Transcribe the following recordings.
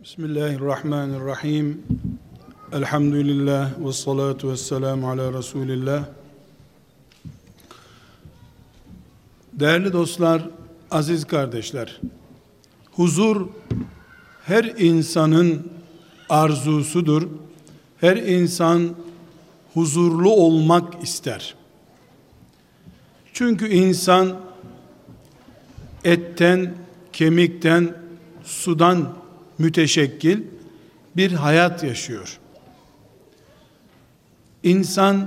Bismillahirrahmanirrahim. Elhamdülillah ve salatu ve selamu ala Resulillah. Değerli dostlar, aziz kardeşler, huzur her insanın arzusudur. Her insan huzurlu olmak ister. Çünkü insan etten, kemikten, sudan müteşekkil bir hayat yaşıyor. İnsan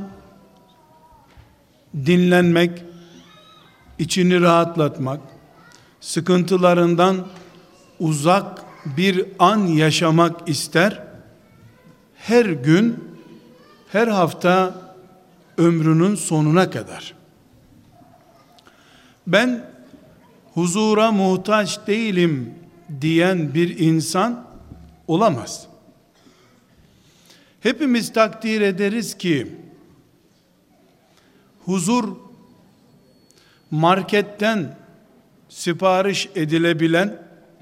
dinlenmek, içini rahatlatmak, sıkıntılarından uzak bir an yaşamak ister. Her gün, her hafta ömrünün sonuna kadar. Ben huzura muhtaç değilim diyen bir insan olamaz. Hepimiz takdir ederiz ki huzur marketten sipariş edilebilen,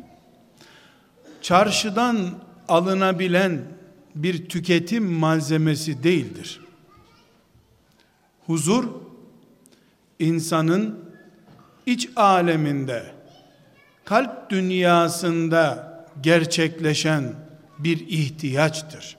çarşıdan alınabilen bir tüketim malzemesi değildir. Huzur insanın iç aleminde, kalp dünyasında gerçekleşen bir ihtiyaçtır.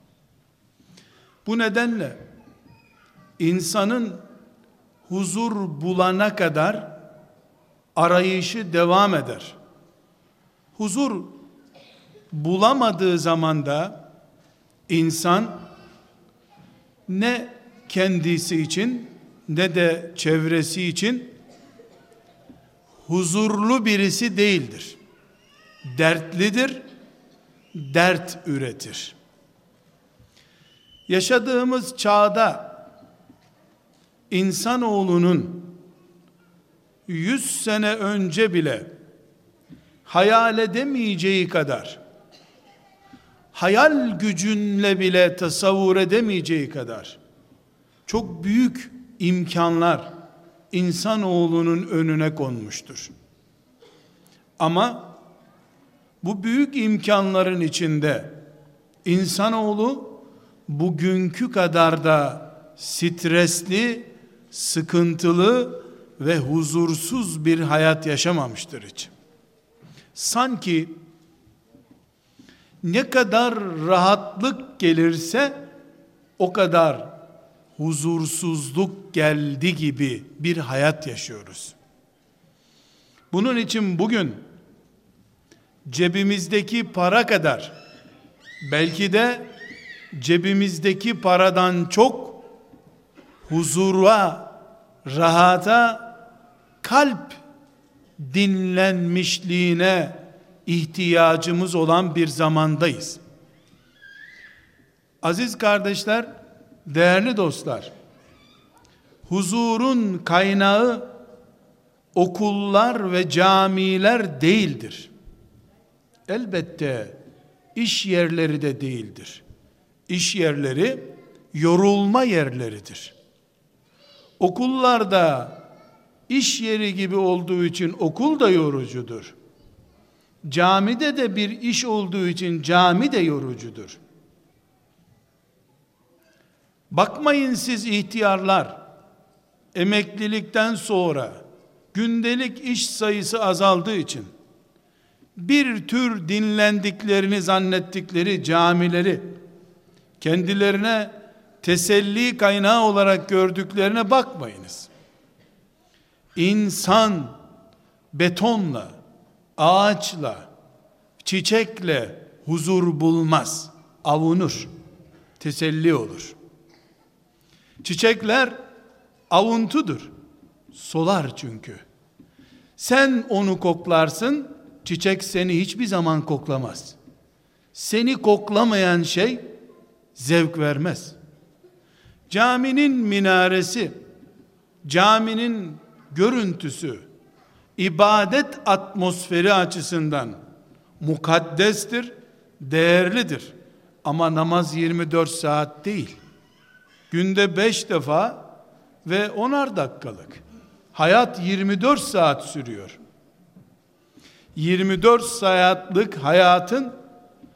Bu nedenle insanın huzur bulana kadar arayışı devam eder. Huzur bulamadığı zaman da insan ne kendisi için ne de çevresi için huzurlu birisi değildir. Dertlidir, dert üretir. Yaşadığımız çağda insanoğlunun 100 sene önce bile hayal edemeyeceği kadar, hayal gücünle bile tasavvur edemeyeceği kadar çok büyük imkanlar insanoğlunun önüne konmuştur. Ama bu büyük imkanların içinde insanoğlu bugünkü kadar da stresli, sıkıntılı ve huzursuz bir hayat yaşamamıştır hiç. Sanki ne kadar rahatlık gelirse o kadar huzursuzluk geldi gibi bir hayat yaşıyoruz. Bunun için bugün cebimizdeki para kadar, belki de cebimizdeki paradan çok huzura, rahata, kalp dinlenmişliğine ihtiyacımız olan bir zamandayız. Aziz kardeşler, değerli dostlar, huzurun kaynağı okullar ve camiler değildir. Elbette iş yerleri de değildir. İş yerleri yorulma yerleridir. Okullarda iş yeri gibi olduğu için okul da yorucudur. Camide de bir iş olduğu için cami de yorucudur. Bakmayın siz ihtiyarlar, emeklilikten sonra gündelik iş sayısı azaldığı için bir tür dinlendiklerini zannettikleri camileri kendilerine teselli kaynağı olarak gördüklerine bakmayınız. İnsan betonla, ağaçla, çiçekle huzur bulmaz, avunur, teselli olur. Çiçekler avuntudur, solar çünkü. Sen onu koklarsın, çiçek seni hiçbir zaman koklamaz. Seni koklamayan şey zevk vermez. Caminin minaresi, caminin görüntüsü, ibadet atmosferi açısından mukaddestir, değerlidir. Ama namaz 24 saat değil. Günde 5 defa ve 10'ar dakikalık. Hayat 24 saat sürüyor. 24 saatlik hayatın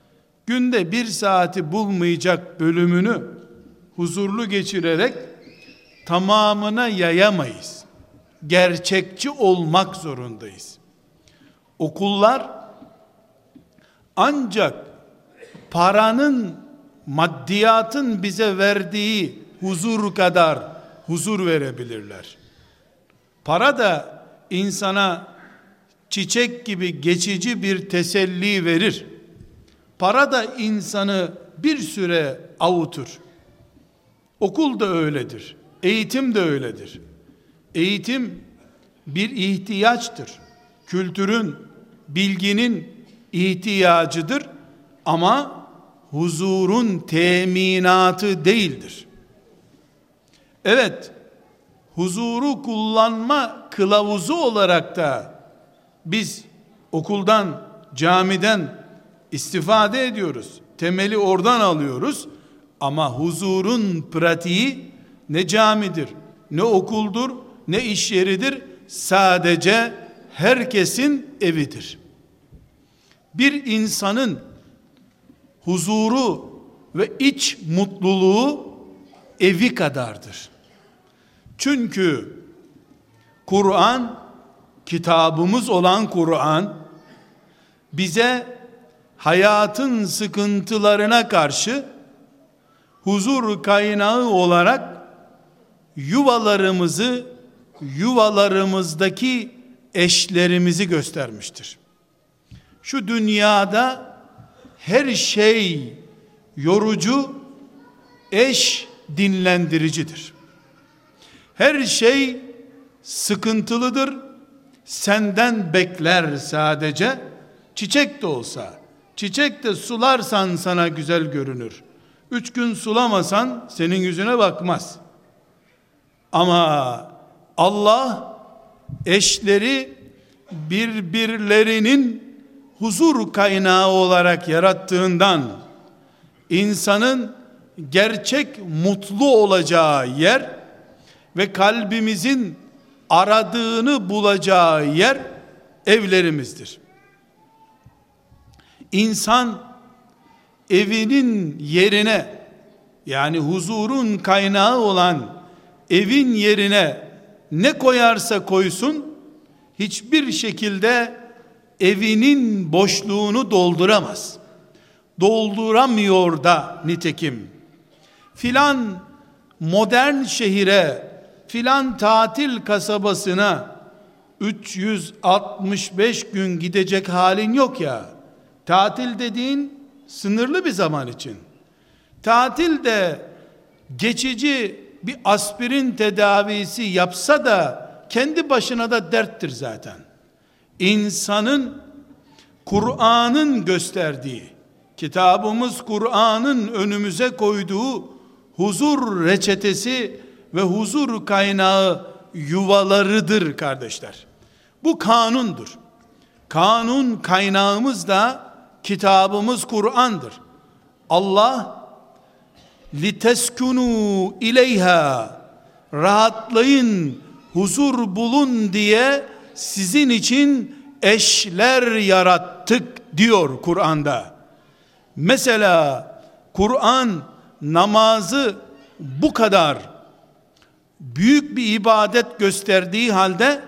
günde 1 saati bulmayacak bölümünü huzurlu geçirerek tamamına yayamayız. Gerçekçi olmak zorundayız. Okullar ancak paranın, maddiyatın bize verdiği huzur kadar huzur verebilirler. Para da insana çiçek gibi geçici bir teselli verir. Para da insanı bir süre avutur. Okul da öyledir. Eğitim de öyledir. Eğitim bir ihtiyaçtır. Kültürün, bilginin ihtiyacıdır ama huzurun teminatı değildir. Evet, huzuru kullanma kılavuzu olarak da biz okuldan, camiden istifade ediyoruz. Temeli oradan alıyoruz. Ama huzurun pratiği ne camidir, ne okuldur, ne iş yeridir. Sadece herkesin evidir. Bir insanın huzuru ve iç mutluluğu evi kadardır. Çünkü Kur'an, kitabımız olan Kur'an, bize hayatın sıkıntılarına karşı huzur kaynağı olarak yuvalarımızı, yuvalarımızdaki eşlerimizi göstermiştir. Şu dünyada her şey yorucu, eş dinlendiricidir. Her şey sıkıntılıdır. Senden bekler sadece. Çiçek de olsa, çiçek de sularsan sana güzel görünür. 3 gün sulamasan senin yüzüne bakmaz. Ama Allah eşleri birbirlerinin huzur kaynağı olarak yarattığından insanın gerçek mutlu olacağı yer ve kalbimizin aradığını bulacağı yer evlerimizdir. İnsan evinin yerine, yani huzurun kaynağı olan evin yerine ne koyarsa koysun hiçbir şekilde evinin boşluğunu dolduramaz. Dolduramıyor da nitekim. Filan modern şehire, filan tatil kasabasına 365 gün gidecek halin yok ya. Tatil dediğin sınırlı bir zaman için. Tatil de geçici bir aspirin tedavisi yapsa da kendi başına da derttir zaten. İnsanın Kur'an'ın gösterdiği, kitabımız Kur'an'ın önümüze koyduğu huzur reçetesi ve huzur kaynağı yuvalarıdır kardeşler. Bu kanundur. Kanun kaynağımız da kitabımız Kur'an'dır. Allah liteskunu ileyha, rahatlayın, huzur bulun diye sizin için eşler yarattık diyor Kur'an'da. Mesela Kur'an namazı bu kadar büyük bir ibadet gösterdiği halde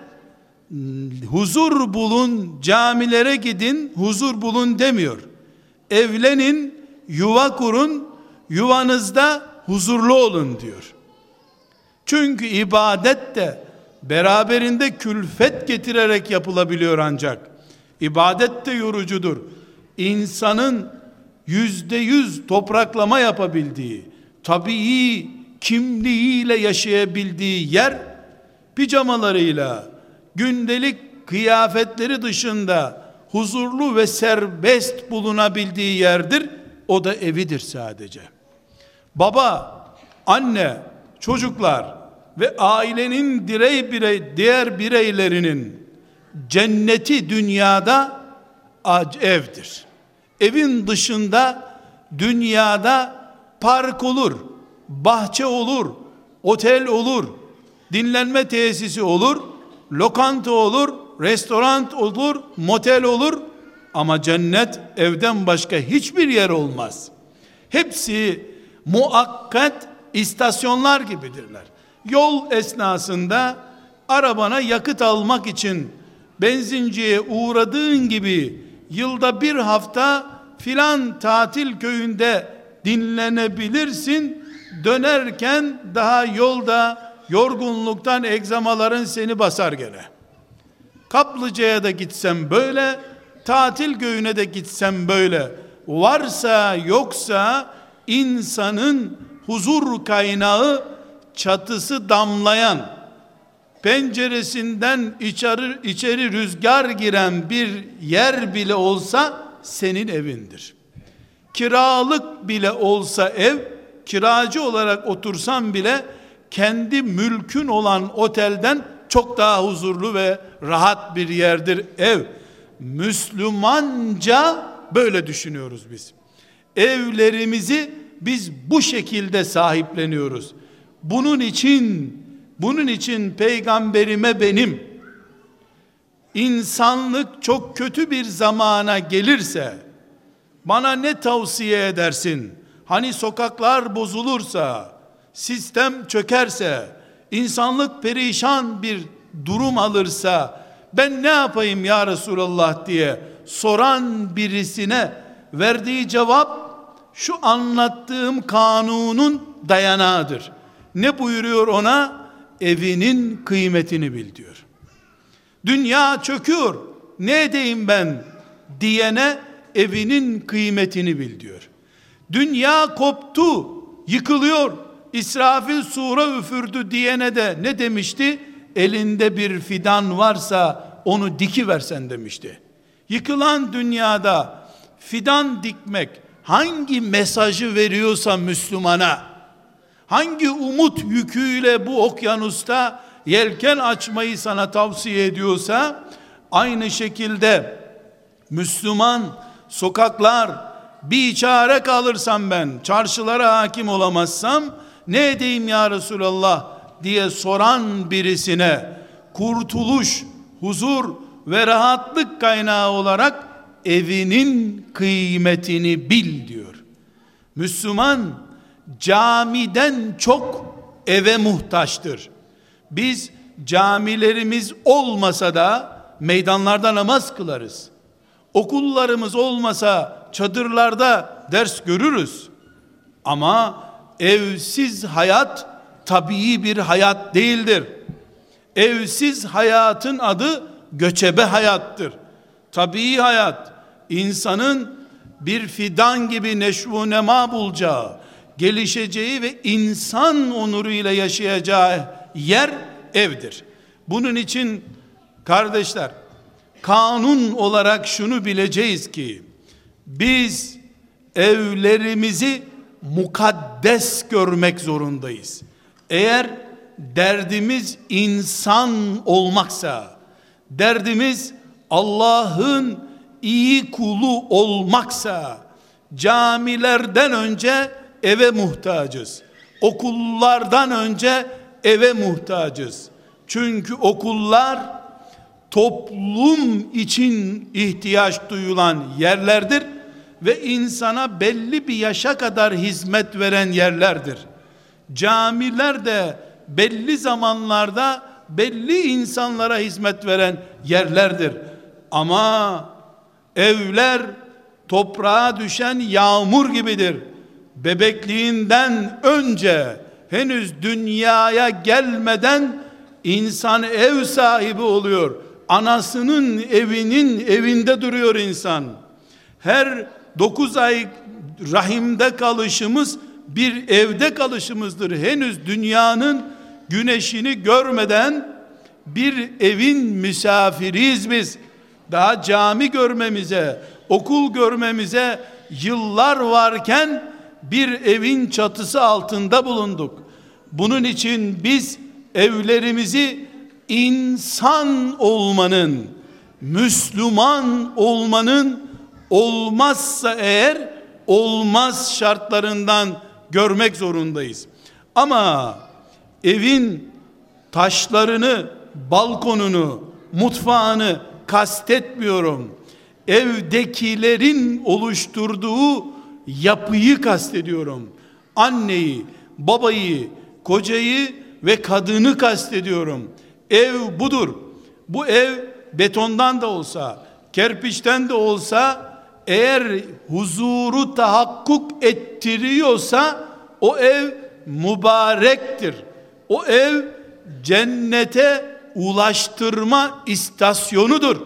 huzur bulun, camilere gidin, huzur bulun demiyor. Evlenin, yuva kurun, yuvanızda huzurlu olun diyor. Çünkü ibadet de beraberinde külfet getirerek yapılabiliyor ancak. İbadet de yorucudur. İnsanın %100 topraklama yapabildiği, tabii kimliğiyle yaşayabildiği yer, pijamalarıyla, gündelik kıyafetleri dışında huzurlu ve serbest bulunabildiği yerdir. O da evidir sadece. Baba, anne, çocuklar ve ailenin diğer bireylerinin cenneti dünyada evdir. Evin dışında dünyada park olur, bahçe olur, otel olur, dinlenme tesisi olur, lokanta olur, restoran olur, motel olur. Ama cennet evden başka hiçbir yer olmaz. Hepsi muakkat istasyonlar gibidirler. Yol esnasında arabana yakıt almak için benzinciye uğradığın gibi yılda bir hafta filan tatil köyünde dinlenebilirsin. Dönerken daha yolda yorgunluktan egzamaların seni basar gene. Kaplıca'ya da gitsem böyle, tatil köyüne de gitsem böyle. Varsa yoksa insanın huzur kaynağı, çatısı damlayan, penceresinden içeri rüzgar giren bir yer bile olsa senin evindir. Kiralık bile olsa ev, kiracı olarak otursan bile kendi mülkün olan otelden çok daha huzurlu ve rahat bir yerdir ev. Müslümanca böyle düşünüyoruz biz. Evlerimizi biz bu şekilde sahipleniyoruz. Bunun için peygamberime benim, insanlık çok kötü bir zamana gelirse bana ne tavsiye edersin? Hani sokaklar bozulursa, sistem çökerse, insanlık perişan bir durum alırsa ben ne yapayım ya Resulallah diye soran birisine verdiği cevap şu anlattığım kanunun dayanağıdır. Ne buyuruyor ona? Evinin kıymetini bil diyor. Dünya çöküyor, ne edeyim ben diyene evinin kıymetini bil diyor. Dünya koptu, yıkılıyor, İsrafil sura üfürdü diyene de ne demişti? Elinde bir fidan varsa onu dikiversen demişti. Yıkılan dünyada fidan dikmek hangi mesajı veriyorsa Müslümana, hangi umut yüküyle bu okyanusta yelken açmayı sana tavsiye ediyorsa, aynı şekilde Müslüman sokaklar bir çare kalırsam ben, çarşılara hakim olamazsam ne edeyim ya Resulallah diye soran birisine kurtuluş, huzur ve rahatlık kaynağı olarak evinin kıymetini bil diyor. Müslüman camiden çok eve muhtaçtır. Biz camilerimiz olmasa da meydanlarda namaz kılarız. Okullarımız olmasa çadırlarda ders görürüz. Ama evsiz hayat tabii bir hayat değildir. Evsiz hayatın adı göçebe hayattır. Tabii hayat, insanın bir fidan gibi neşvu nema bulacağı, gelişeceği ve insan onuruyla yaşayacağı yer evdir. Bunun için kardeşler, kanun olarak şunu bileceğiz ki, biz evlerimizi mukaddes görmek zorundayız. Eğer derdimiz insan olmaksa, derdimiz Allah'ın iyi kulu olmaksa, camilerden önce eve muhtacız. Okullardan önce eve muhtacız. Çünkü okullar toplum için ihtiyaç duyulan yerlerdir ve insana belli bir yaşa kadar hizmet veren yerlerdir. Camiler de belli zamanlarda belli insanlara hizmet veren yerlerdir. Ama evler toprağa düşen yağmur gibidir. Bebekliğinden önce, henüz dünyaya gelmeden insan ev sahibi oluyor. Anasının evinin evinde duruyor insan. Her 9 ay rahimde kalışımız bir evde kalışımızdır. Henüz dünyanın güneşini görmeden bir evin misafiriyiz biz. Daha cami görmemize, okul görmemize yıllar varken bir evin çatısı altında bulunduk. Bunun için biz evlerimizi insan olmanın, Müslüman olmanın olmazsa eğer olmaz şartlarından görmek zorundayız. Ama evin taşlarını, balkonunu, mutfağını kastetmiyorum. evdekilerin oluşturduğu yapıyı kastediyorum. Anneyi, babayı, kocayı ve kadını kastediyorum. Ev budur. Bu ev betondan da olsa, kerpiçten de olsa, eğer huzuru tahakkuk ettiriyorsa o ev mübarektir. O ev cennete ulaştırma istasyonudur.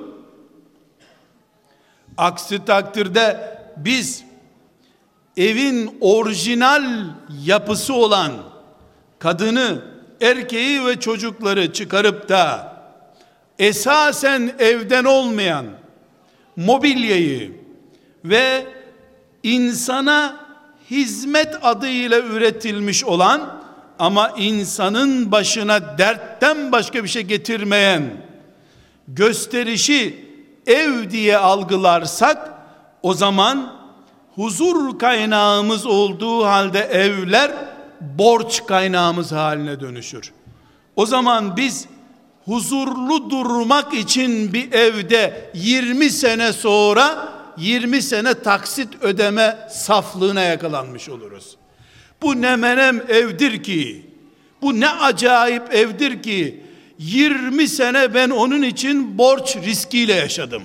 Aksi takdirde biz evin orijinal yapısı olan kadını, erkeği ve çocukları çıkarıp da esasen evden olmayan mobilyayı ve insana hizmet adıyla üretilmiş olan ama insanın başına dertten başka bir şey getirmeyen gösterişi ev diye algılarsak, o zaman huzur kaynağımız olduğu halde evler borç kaynağımız haline dönüşür. O zaman biz huzurlu durmak için bir evde 20 sene sonra 20 sene taksit ödeme saflığına yakalanmış oluruz. Bu ne menem evdir ki, bu ne acayip evdir ki 20 sene ben onun için borç riskiyle yaşadım.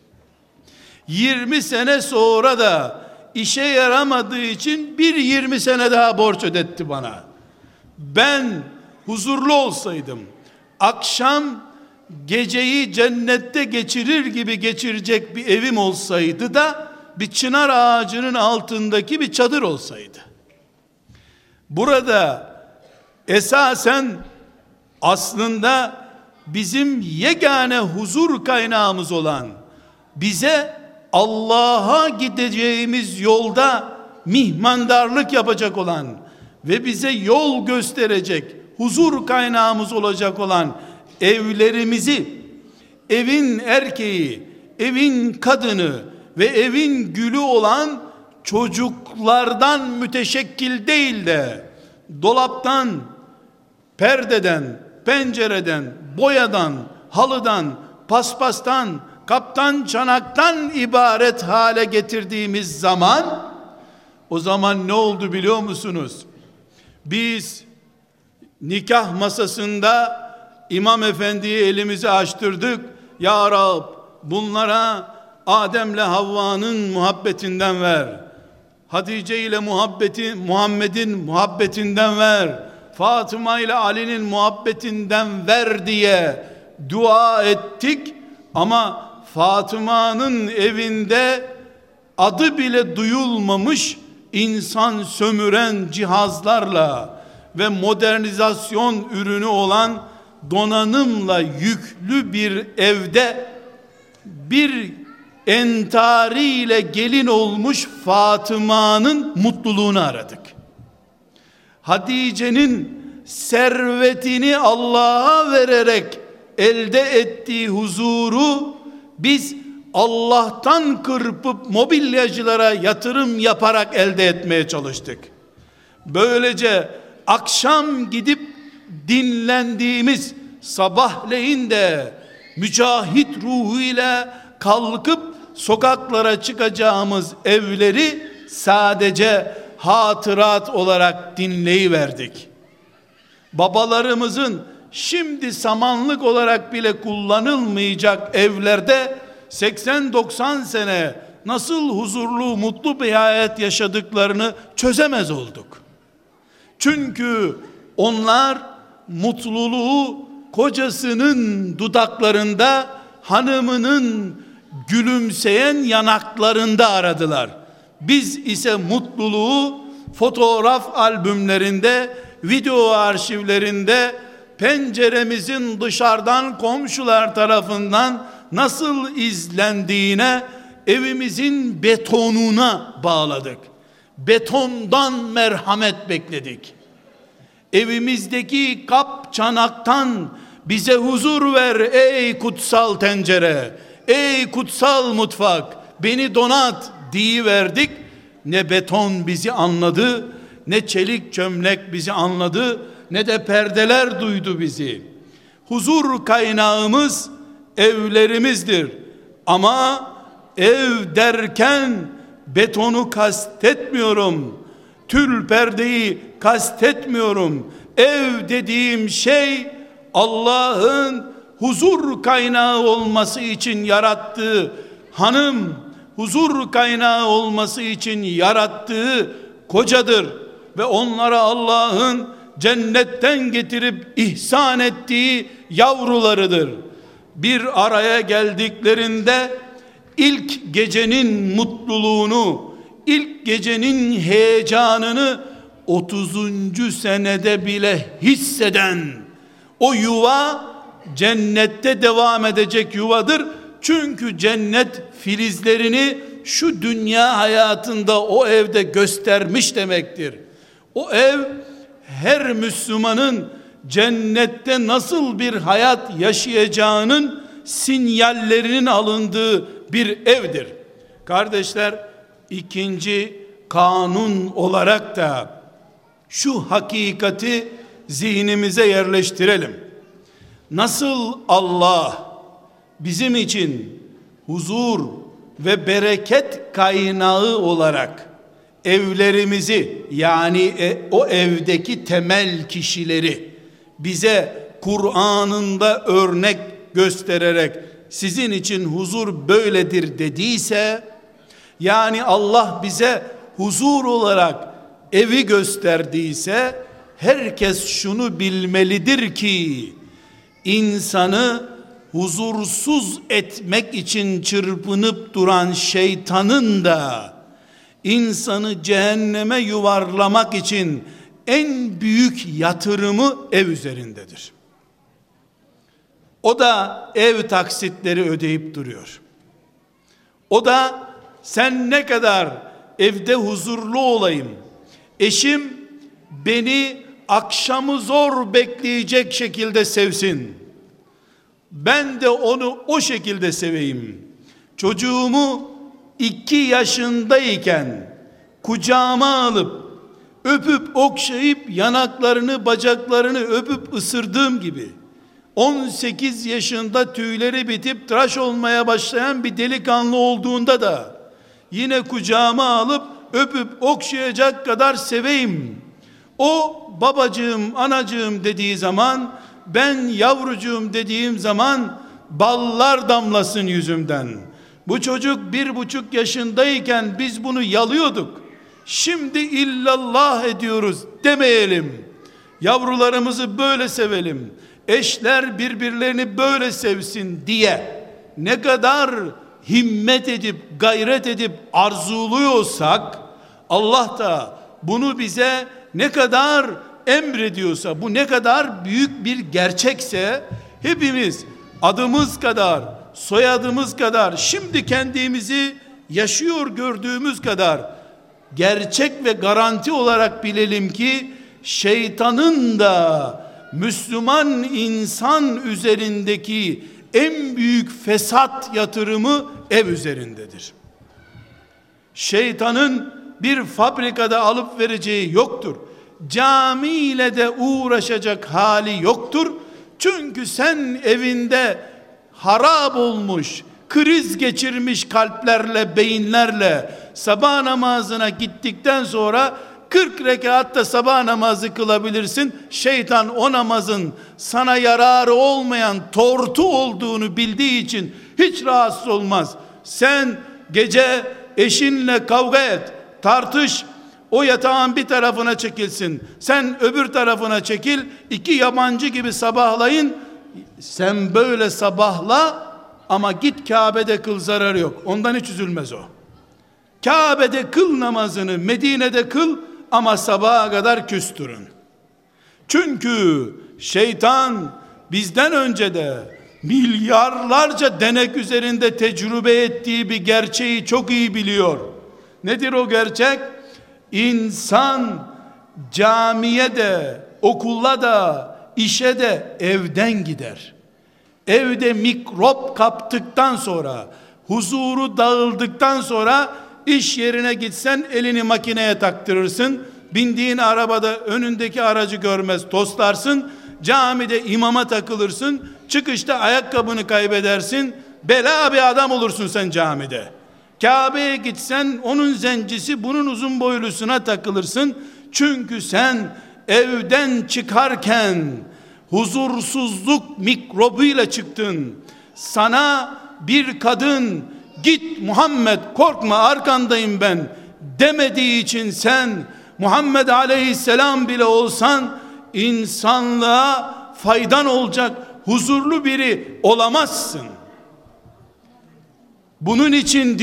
20 sene sonra da işe yaramadığı için bir 20 sene daha borç ödetti bana. Ben huzurlu olsaydım, akşam geceyi cennette geçirir gibi geçirecek bir evim olsaydı da bir çınar ağacının altındaki bir çadır olsaydı. Burada esasen aslında bizim yegane huzur kaynağımız olan, bize Allah'a gideceğimiz yolda mihmandarlık yapacak olan ve bize yol gösterecek, huzur kaynağımız olacak olan evlerimizi, evin erkeği, evin kadını ve evin gülü olan çocuklardan müteşekkil değil de dolaptan, perdeden, pencereden, boyadan, halıdan, paspastan, kaptan, çanaktan ibaret hale getirdiğimiz zaman, o zaman ne oldu biliyor musunuz? Biz nikah masasında İmam Efendi'ye elimizi açtırdık. Ya Rab, bunlara Adem'le Havva'nın muhabbetinden ver. Hatice ile Muhammed'in muhabbetinden ver. Fatıma ile Ali'nin muhabbetinden ver diye dua ettik. Ama Fatıma'nın evinde adı bile duyulmamış insan sömüren cihazlarla ve modernizasyon ürünü olan donanımla yüklü bir evde bir entariyle gelin olmuş Fatıma'nın mutluluğunu aradık. Hatice'nin servetini Allah'a vererek elde ettiği huzuru biz Allah'tan kırpıp mobilyacılara yatırım yaparak elde etmeye çalıştık. Böylece akşam gidip dinlendiğimiz, sabahleyin de mücahit ruhuyla kalkıp sokaklara çıkacağımız evleri sadece hatırat olarak dinleyiverdik. Babalarımızın şimdi samanlık olarak bile kullanılmayacak evlerde 80-90 sene nasıl huzurlu, mutlu bir hayat yaşadıklarını çözemez olduk. Çünkü onlar mutluluğu kocasının dudaklarında, hanımının gülümseyen yanaklarında aradılar. Biz ise mutluluğu fotoğraf albümlerinde, video arşivlerinde, penceremizin dışarıdan komşular tarafından nasıl izlendiğine, evimizin betonuna bağladık. Betondan merhamet bekledik. Evimizdeki kap çanaktan bize huzur ver ey kutsal tencere, ey kutsal mutfak, beni donat diyiverdik. Ne beton bizi anladı, ne çelik çömlek bizi anladı, ne de perdeler duydu bizi. Huzur kaynağımız evlerimizdir. Ama Ev derken betonu kastetmiyorum. Tül perdeyi kastetmiyorum. Ev dediğim şey Allah'ın huzur kaynağı olması için yarattığı hanım, huzur kaynağı olması için yarattığı kocadır ve onlara Allah'ın cennetten getirip ihsan ettiği yavrularıdır. Bir araya geldiklerinde ilk gecenin mutluluğunu, ilk gecenin heyecanını 30. senede bile hisseden o yuva cennette devam edecek yuvadır. Çünkü cennet filizlerini şu dünya hayatında o evde göstermiş demektir. O ev her Müslümanın cennette nasıl bir hayat yaşayacağının sinyallerinin alındığı bir evdir. Kardeşler, ikinci kanun olarak da şu hakikati zihnimize yerleştirelim. Nasıl Allah bizim için huzur ve bereket kaynağı olarak evlerimizi, yani o evdeki temel kişileri bize Kur'an'ında örnek göstererek sizin için huzur böyledir dediyse, yani Allah bize huzur olarak evi gösterdiyse, herkes şunu bilmelidir ki insanı huzursuz etmek için çırpınıp duran şeytanın da insanı cehenneme yuvarlamak için en büyük yatırımı ev üzerindedir. O da ev taksitleri ödeyip duruyor. O da sen ne kadar evde huzurlu olayım, eşim beni akşamı zor bekleyecek şekilde sevsin, ben de onu o şekilde seveyim, çocuğumu 2 yaşındayken kucağıma alıp öpüp okşayıp yanaklarını bacaklarını öpüp ısırdığım gibi 18 yaşında tüyleri bitip tıraş olmaya başlayan bir delikanlı olduğunda da yine kucağıma alıp öpüp okşayacak kadar seveyim. O babacığım, anacığım dediği zaman, ben yavrucuğum dediğim zaman ballar damlasın yüzümden. Bu çocuk 1,5 yaşındayken biz bunu yalıyorduk, şimdi illallah ediyoruz demeyelim. Yavrularımızı böyle sevelim, eşler birbirlerini böyle sevsin diye ne kadar himmet edip gayret edip arzuluyorsak, Allah da bunu bize ne kadar emrediyorsa, bu ne kadar büyük bir gerçekse, hepimiz adımız kadar, soyadımız kadar, şimdi kendimizi yaşıyor gördüğümüz kadar gerçek ve garanti olarak bilelim ki şeytanın da Müslüman insan üzerindeki en büyük fesat yatırımı ev üzerindedir. Şeytanın bir fabrikada alıp vereceği yoktur. Camiyle de uğraşacak hali yoktur. Çünkü sen evinde harap olmuş, kriz geçirmiş kalplerle, beyinlerle sabah namazına gittikten sonra 40 rekatta sabah namazı kılabilirsin. Şeytan o namazın sana yararı olmayan tortu olduğunu bildiği için hiç rahatsız olmaz. Sen gece eşinle kavga et, tartış, o yatağın bir tarafına çekilsin, sen öbür tarafına çekil, 2 yabancı gibi sabahlayın. Sen böyle sabahla ama git Kabe'de kıl, zararı yok. Ondan hiç üzülmez o. Kabe'de kıl namazını, Medine'de kıl ama sabaha kadar küstürün. Çünkü şeytan bizden önce de milyarlarca denek üzerinde tecrübe ettiği bir gerçeği çok iyi biliyor. Nedir o gerçek? İnsan camiye de, okula da, işe de evden gider. Evde mikrop kaptıktan sonra, huzuru dağıldıktan sonra iş yerine gitsen elini makineye taktırırsın. Bindiğin arabada önündeki aracı görmez toslarsın. Camide imama takılırsın. Çıkışta ayakkabını kaybedersin. Bela bir adam olursun sen camide. Kabe'ye gitsen onun zencisi bunun uzun boylusuna takılırsın. Çünkü sen evden çıkarken huzursuzluk mikrobuyla çıktın. Sana bir kadın git Muhammed korkma arkandayım ben demediği için sen Muhammed aleyhisselam bile olsan insanlığa faydan olacak huzurlu biri olamazsın. Bunun için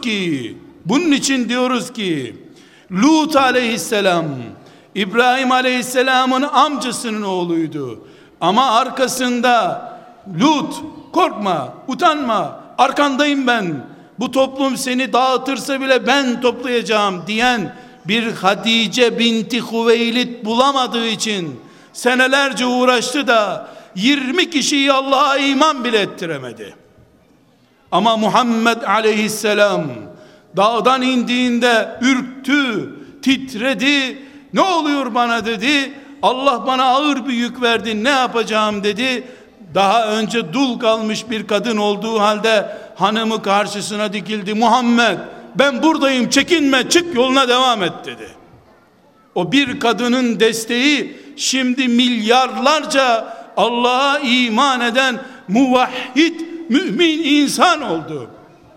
diyoruz ki Lut aleyhisselam İbrahim aleyhisselamın amcasının oğluydu. Ama arkasında Lut korkma, utanma, arkandayım ben. Bu toplum seni dağıtırsa bile ben toplayacağım diyen bir Hatice binti Hüveylid bulamadığı için senelerce uğraştı da 20 kişiyi Allah'a iman bile ettiremedi. Ama Muhammed aleyhisselam dağdan indiğinde ürktü, titredi. Ne oluyor bana dedi. Allah bana ağır bir yük verdi, ne yapacağım dedi. Daha önce dul kalmış bir kadın olduğu halde hanımı karşısına dikildi. Muhammed ben buradayım, çekinme, çık yoluna devam et dedi. O bir kadının desteği şimdi milyarlarca Allah'a iman eden muvahhid mümin insan oldu.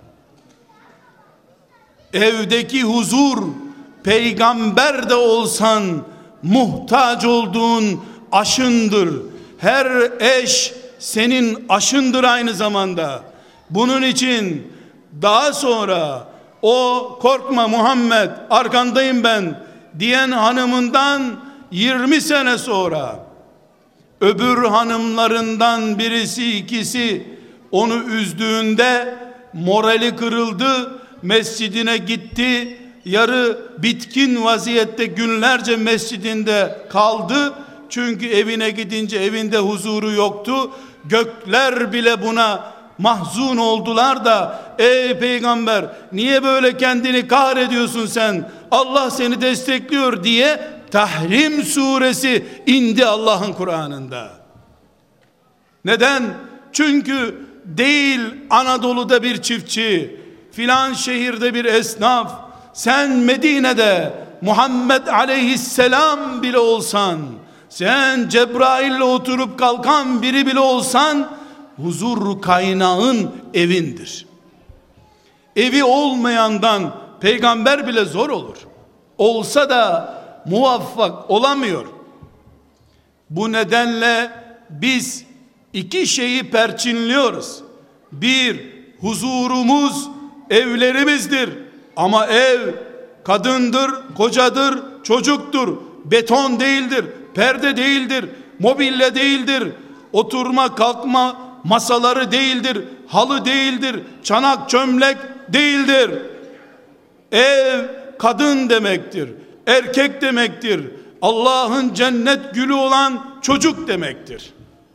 Evdeki huzur, peygamber de olsan muhtaç olduğun aşındır. Her eş senin aşındır aynı zamanda. Bunun için daha sonra o korkma Muhammed arkandayım ben diyen hanımından 20 sene sonra öbür hanımlarından birisi ikisi onu üzdüğünde morali kırıldı, mescidine gitti, yarı bitkin vaziyette günlerce mescidinde kaldı. Çünkü evine gidince evinde huzuru yoktu. Gökler bile buna mahzun oldular da ey peygamber niye böyle kendini kahrediyorsun sen, Allah seni destekliyor diye Tahrim suresi indi Allah'ın Kur'an'ında. Neden? Çünkü değil Anadolu'da bir çiftçi, filan şehirde bir esnaf, sen Medine'de Muhammed aleyhisselam bile olsan, sen Cebrail'le oturup kalkan biri bile olsan, huzur kaynağın evindir. Evi olmayandan peygamber bile zor olur. Olsa da muvaffak olamıyor. Bu nedenle biz iki şeyi perçinliyoruz. Bir, huzurumuz evlerimizdir. Ama ev kadındır, kocadır, çocuktur. Beton değildir, perde değildir, mobilya değildir, oturma kalkma masaları değildir, halı değildir, çanak çömlek değildir. Ev kadın demektir, erkek demektir, Allah'ın cennet gülü olan çocuk demektir.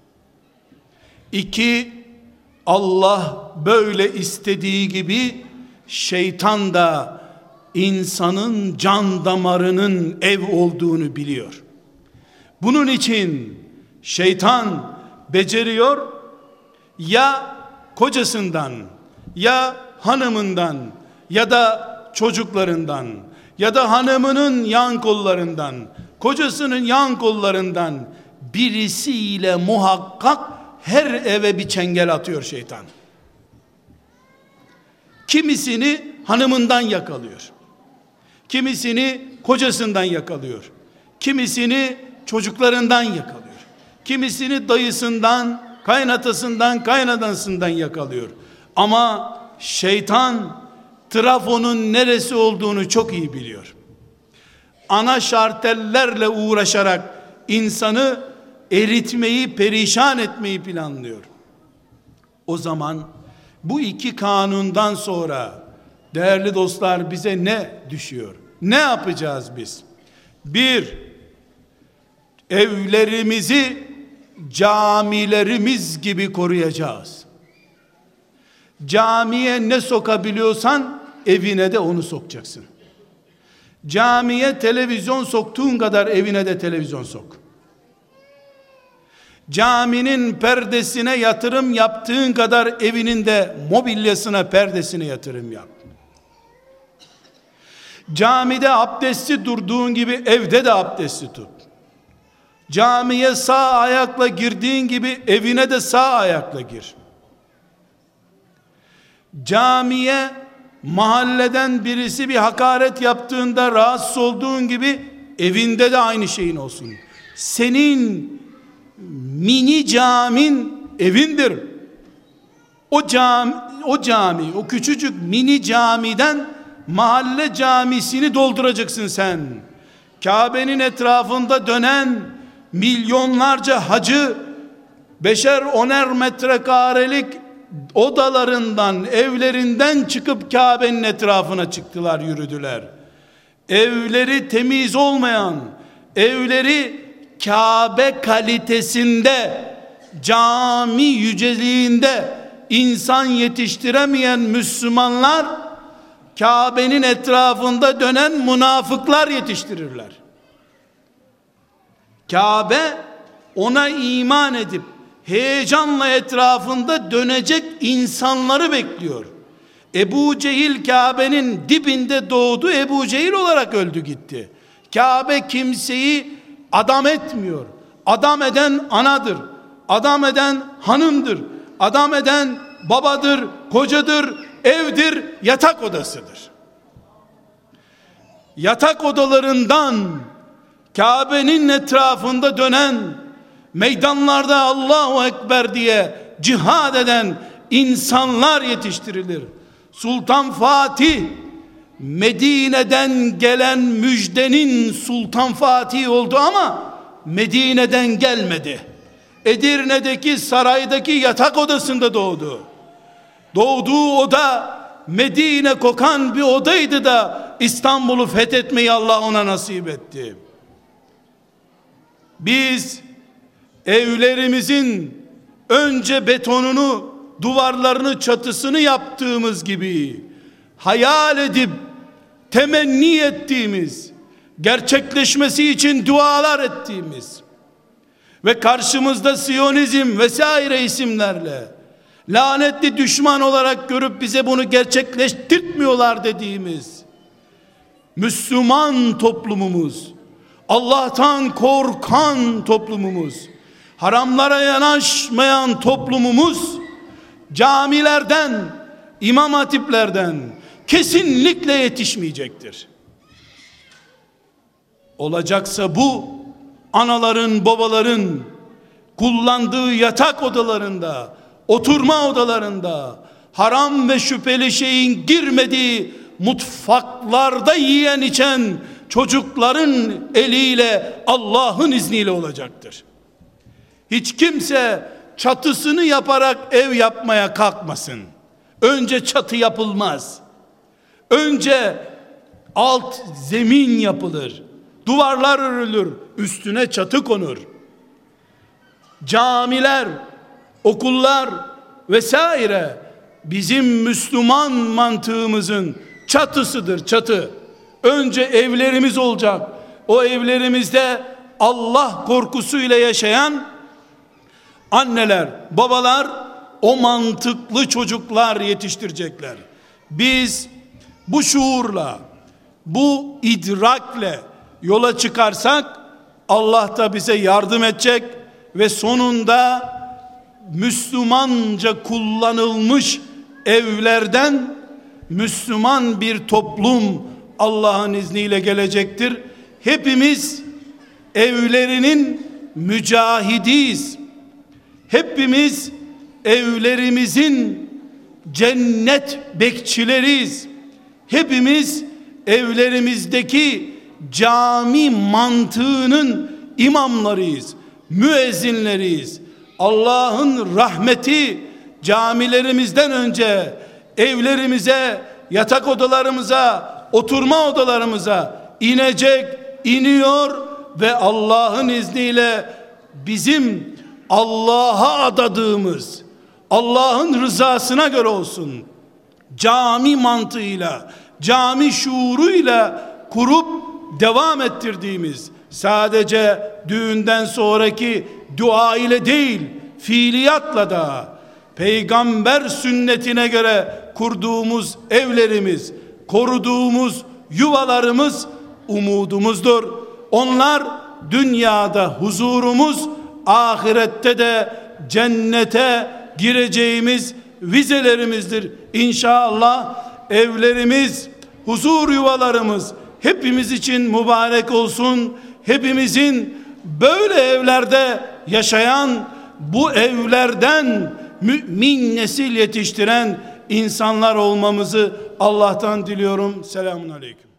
İki, Allah böyle istediği gibi şeytan da insanın can damarının ev olduğunu biliyor. Bunun için şeytan beceriyor, ya kocasından, ya hanımından, ya da çocuklarından, ya da hanımının yan kollarından, kocasının yan kollarından birisiyle muhakkak her eve bir çengel atıyor şeytan. Kimisini hanımından yakalıyor, kimisini kocasından yakalıyor, kimisini çocuklarından yakalıyor, kimisini dayısından, kaynatasından, kaynanasından yakalıyor. Ama şeytan trafonun neresi olduğunu çok iyi biliyor. Ana şartellerle uğraşarak insanı eritmeyi, perişan etmeyi planlıyor. O zaman bu iki kanundan sonra değerli dostlar bize ne düşüyor? Ne yapacağız biz? Bir, evlerimizi camilerimiz gibi koruyacağız. Camiye ne sokabiliyorsan evine de onu sokacaksın. Camiye televizyon soktuğun kadar evine de televizyon sok. Caminin perdesine yatırım yaptığın kadar evinin de mobilyasına, perdesine yatırım yap. Camide abdestli durduğun gibi evde de abdestli tut. Camiye sağ ayakla girdiğin gibi evine de sağ ayakla gir. Camiye mahalleden birisi bir hakaret yaptığında rahatsız olduğun gibi evinde de aynı şeyin olsun. Senin mini camin evindir. O cami, o küçücük mini camiden mahalle camisini dolduracaksın sen. Kabe'nin etrafında dönen milyonlarca hacı beşer oner metrekarelik odalarından, evlerinden çıkıp Kabe'nin etrafına çıktılar, yürüdüler. Evleri temiz olmayan, evleri Kabe kalitesinde, cami yüceliğinde insan yetiştiremeyen Müslümanlar, Kabe'nin etrafında dönen münafıklar yetiştirirler. Kabe, ona iman edip heyecanla etrafında dönecek insanları bekliyor. Ebu Cehil Kabe'nin dibinde doğdu, Ebu Cehil olarak öldü gitti. Kabe kimseyi adam etmiyor. Adam eden anadır. Adam eden hanımdır. Adam eden babadır, kocadır, evdir, yatak odasıdır. Yatak odalarından Kabe'nin etrafında dönen, meydanlarda Allahu Ekber diye cihad eden insanlar yetiştirilir. Sultan Fatih, Medine'den gelen müjdenin Sultan Fatih oldu ama Medine'den gelmedi. Edirne'deki saraydaki yatak odasında doğdu. Doğduğu oda Medine kokan bir odaydı da İstanbul'u fethetmeyi Allah ona nasip etti. Biz evlerimizin önce betonunu, duvarlarını, çatısını yaptığımız gibi hayal edip temenni ettiğimiz, gerçekleşmesi için dualar ettiğimiz ve karşımızda Siyonizm vesaire isimlerle lanetli düşman olarak görüp bize bunu gerçekleştirtmiyorlar dediğimiz Müslüman toplumumuz, Allah'tan korkan toplumumuz, haramlara yanaşmayan toplumumuz camilerden, imam hatiplerden kesinlikle yetişmeyecektir. Olacaksa bu anaların, babaların kullandığı yatak odalarında, oturma odalarında, haram ve şüpheli şeyin girmediği mutfaklarda yiyen içen çocukların eliyle, Allah'ın izniyle olacaktır. Hiç kimse çatısını yaparak ev yapmaya kalkmasın. Önce çatı yapılmaz. Önce alt zemin yapılır. Duvarlar örülür, üstüne çatı konur. Camiler, okullar vesaire bizim Müslüman mantığımızın çatısıdır, çatı. Önce evlerimiz olacak. O evlerimizde Allah korkusuyla yaşayan anneler, babalar, o mantıklı çocuklar yetiştirecekler. Biz bu şuurla, bu idrakle yola çıkarsak Allah da bize yardım edecek ve sonunda Müslümanca kullanılmış evlerden Müslüman bir toplum Allah'ın izniyle gelecektir. Hepimiz evlerinin mücahidiyiz. Hepimiz evlerimizin cennet bekçileriyiz. Hepimiz evlerimizdeki cami mantığının imamlarıyız, müezzinleriyiz. Allah'ın rahmeti camilerimizden önce evlerimize, yatak odalarımıza, oturma odalarımıza inecek, iniyor ve Allah'ın izniyle bizim Allah'a adadığımız, Allah'ın rızasına göre olsun, cami mantığıyla, cami şuuruyla kurup devam ettirdiğimiz, sadece düğünden sonraki dua ile değil, fiiliyatla da peygamber sünnetine göre kurduğumuz evlerimiz, koruduğumuz yuvalarımız umudumuzdur. Onlar dünyada huzurumuz, ahirette de cennete gireceğimiz vizelerimizdir. İnşallah evlerimiz, huzur yuvalarımız hepimiz için mübarek olsun. Hepimizin böyle evlerde yaşayan, bu evlerden mümin nesil yetiştiren insanlar olmamızı Allah'tan diliyorum. Selamun aleyküm.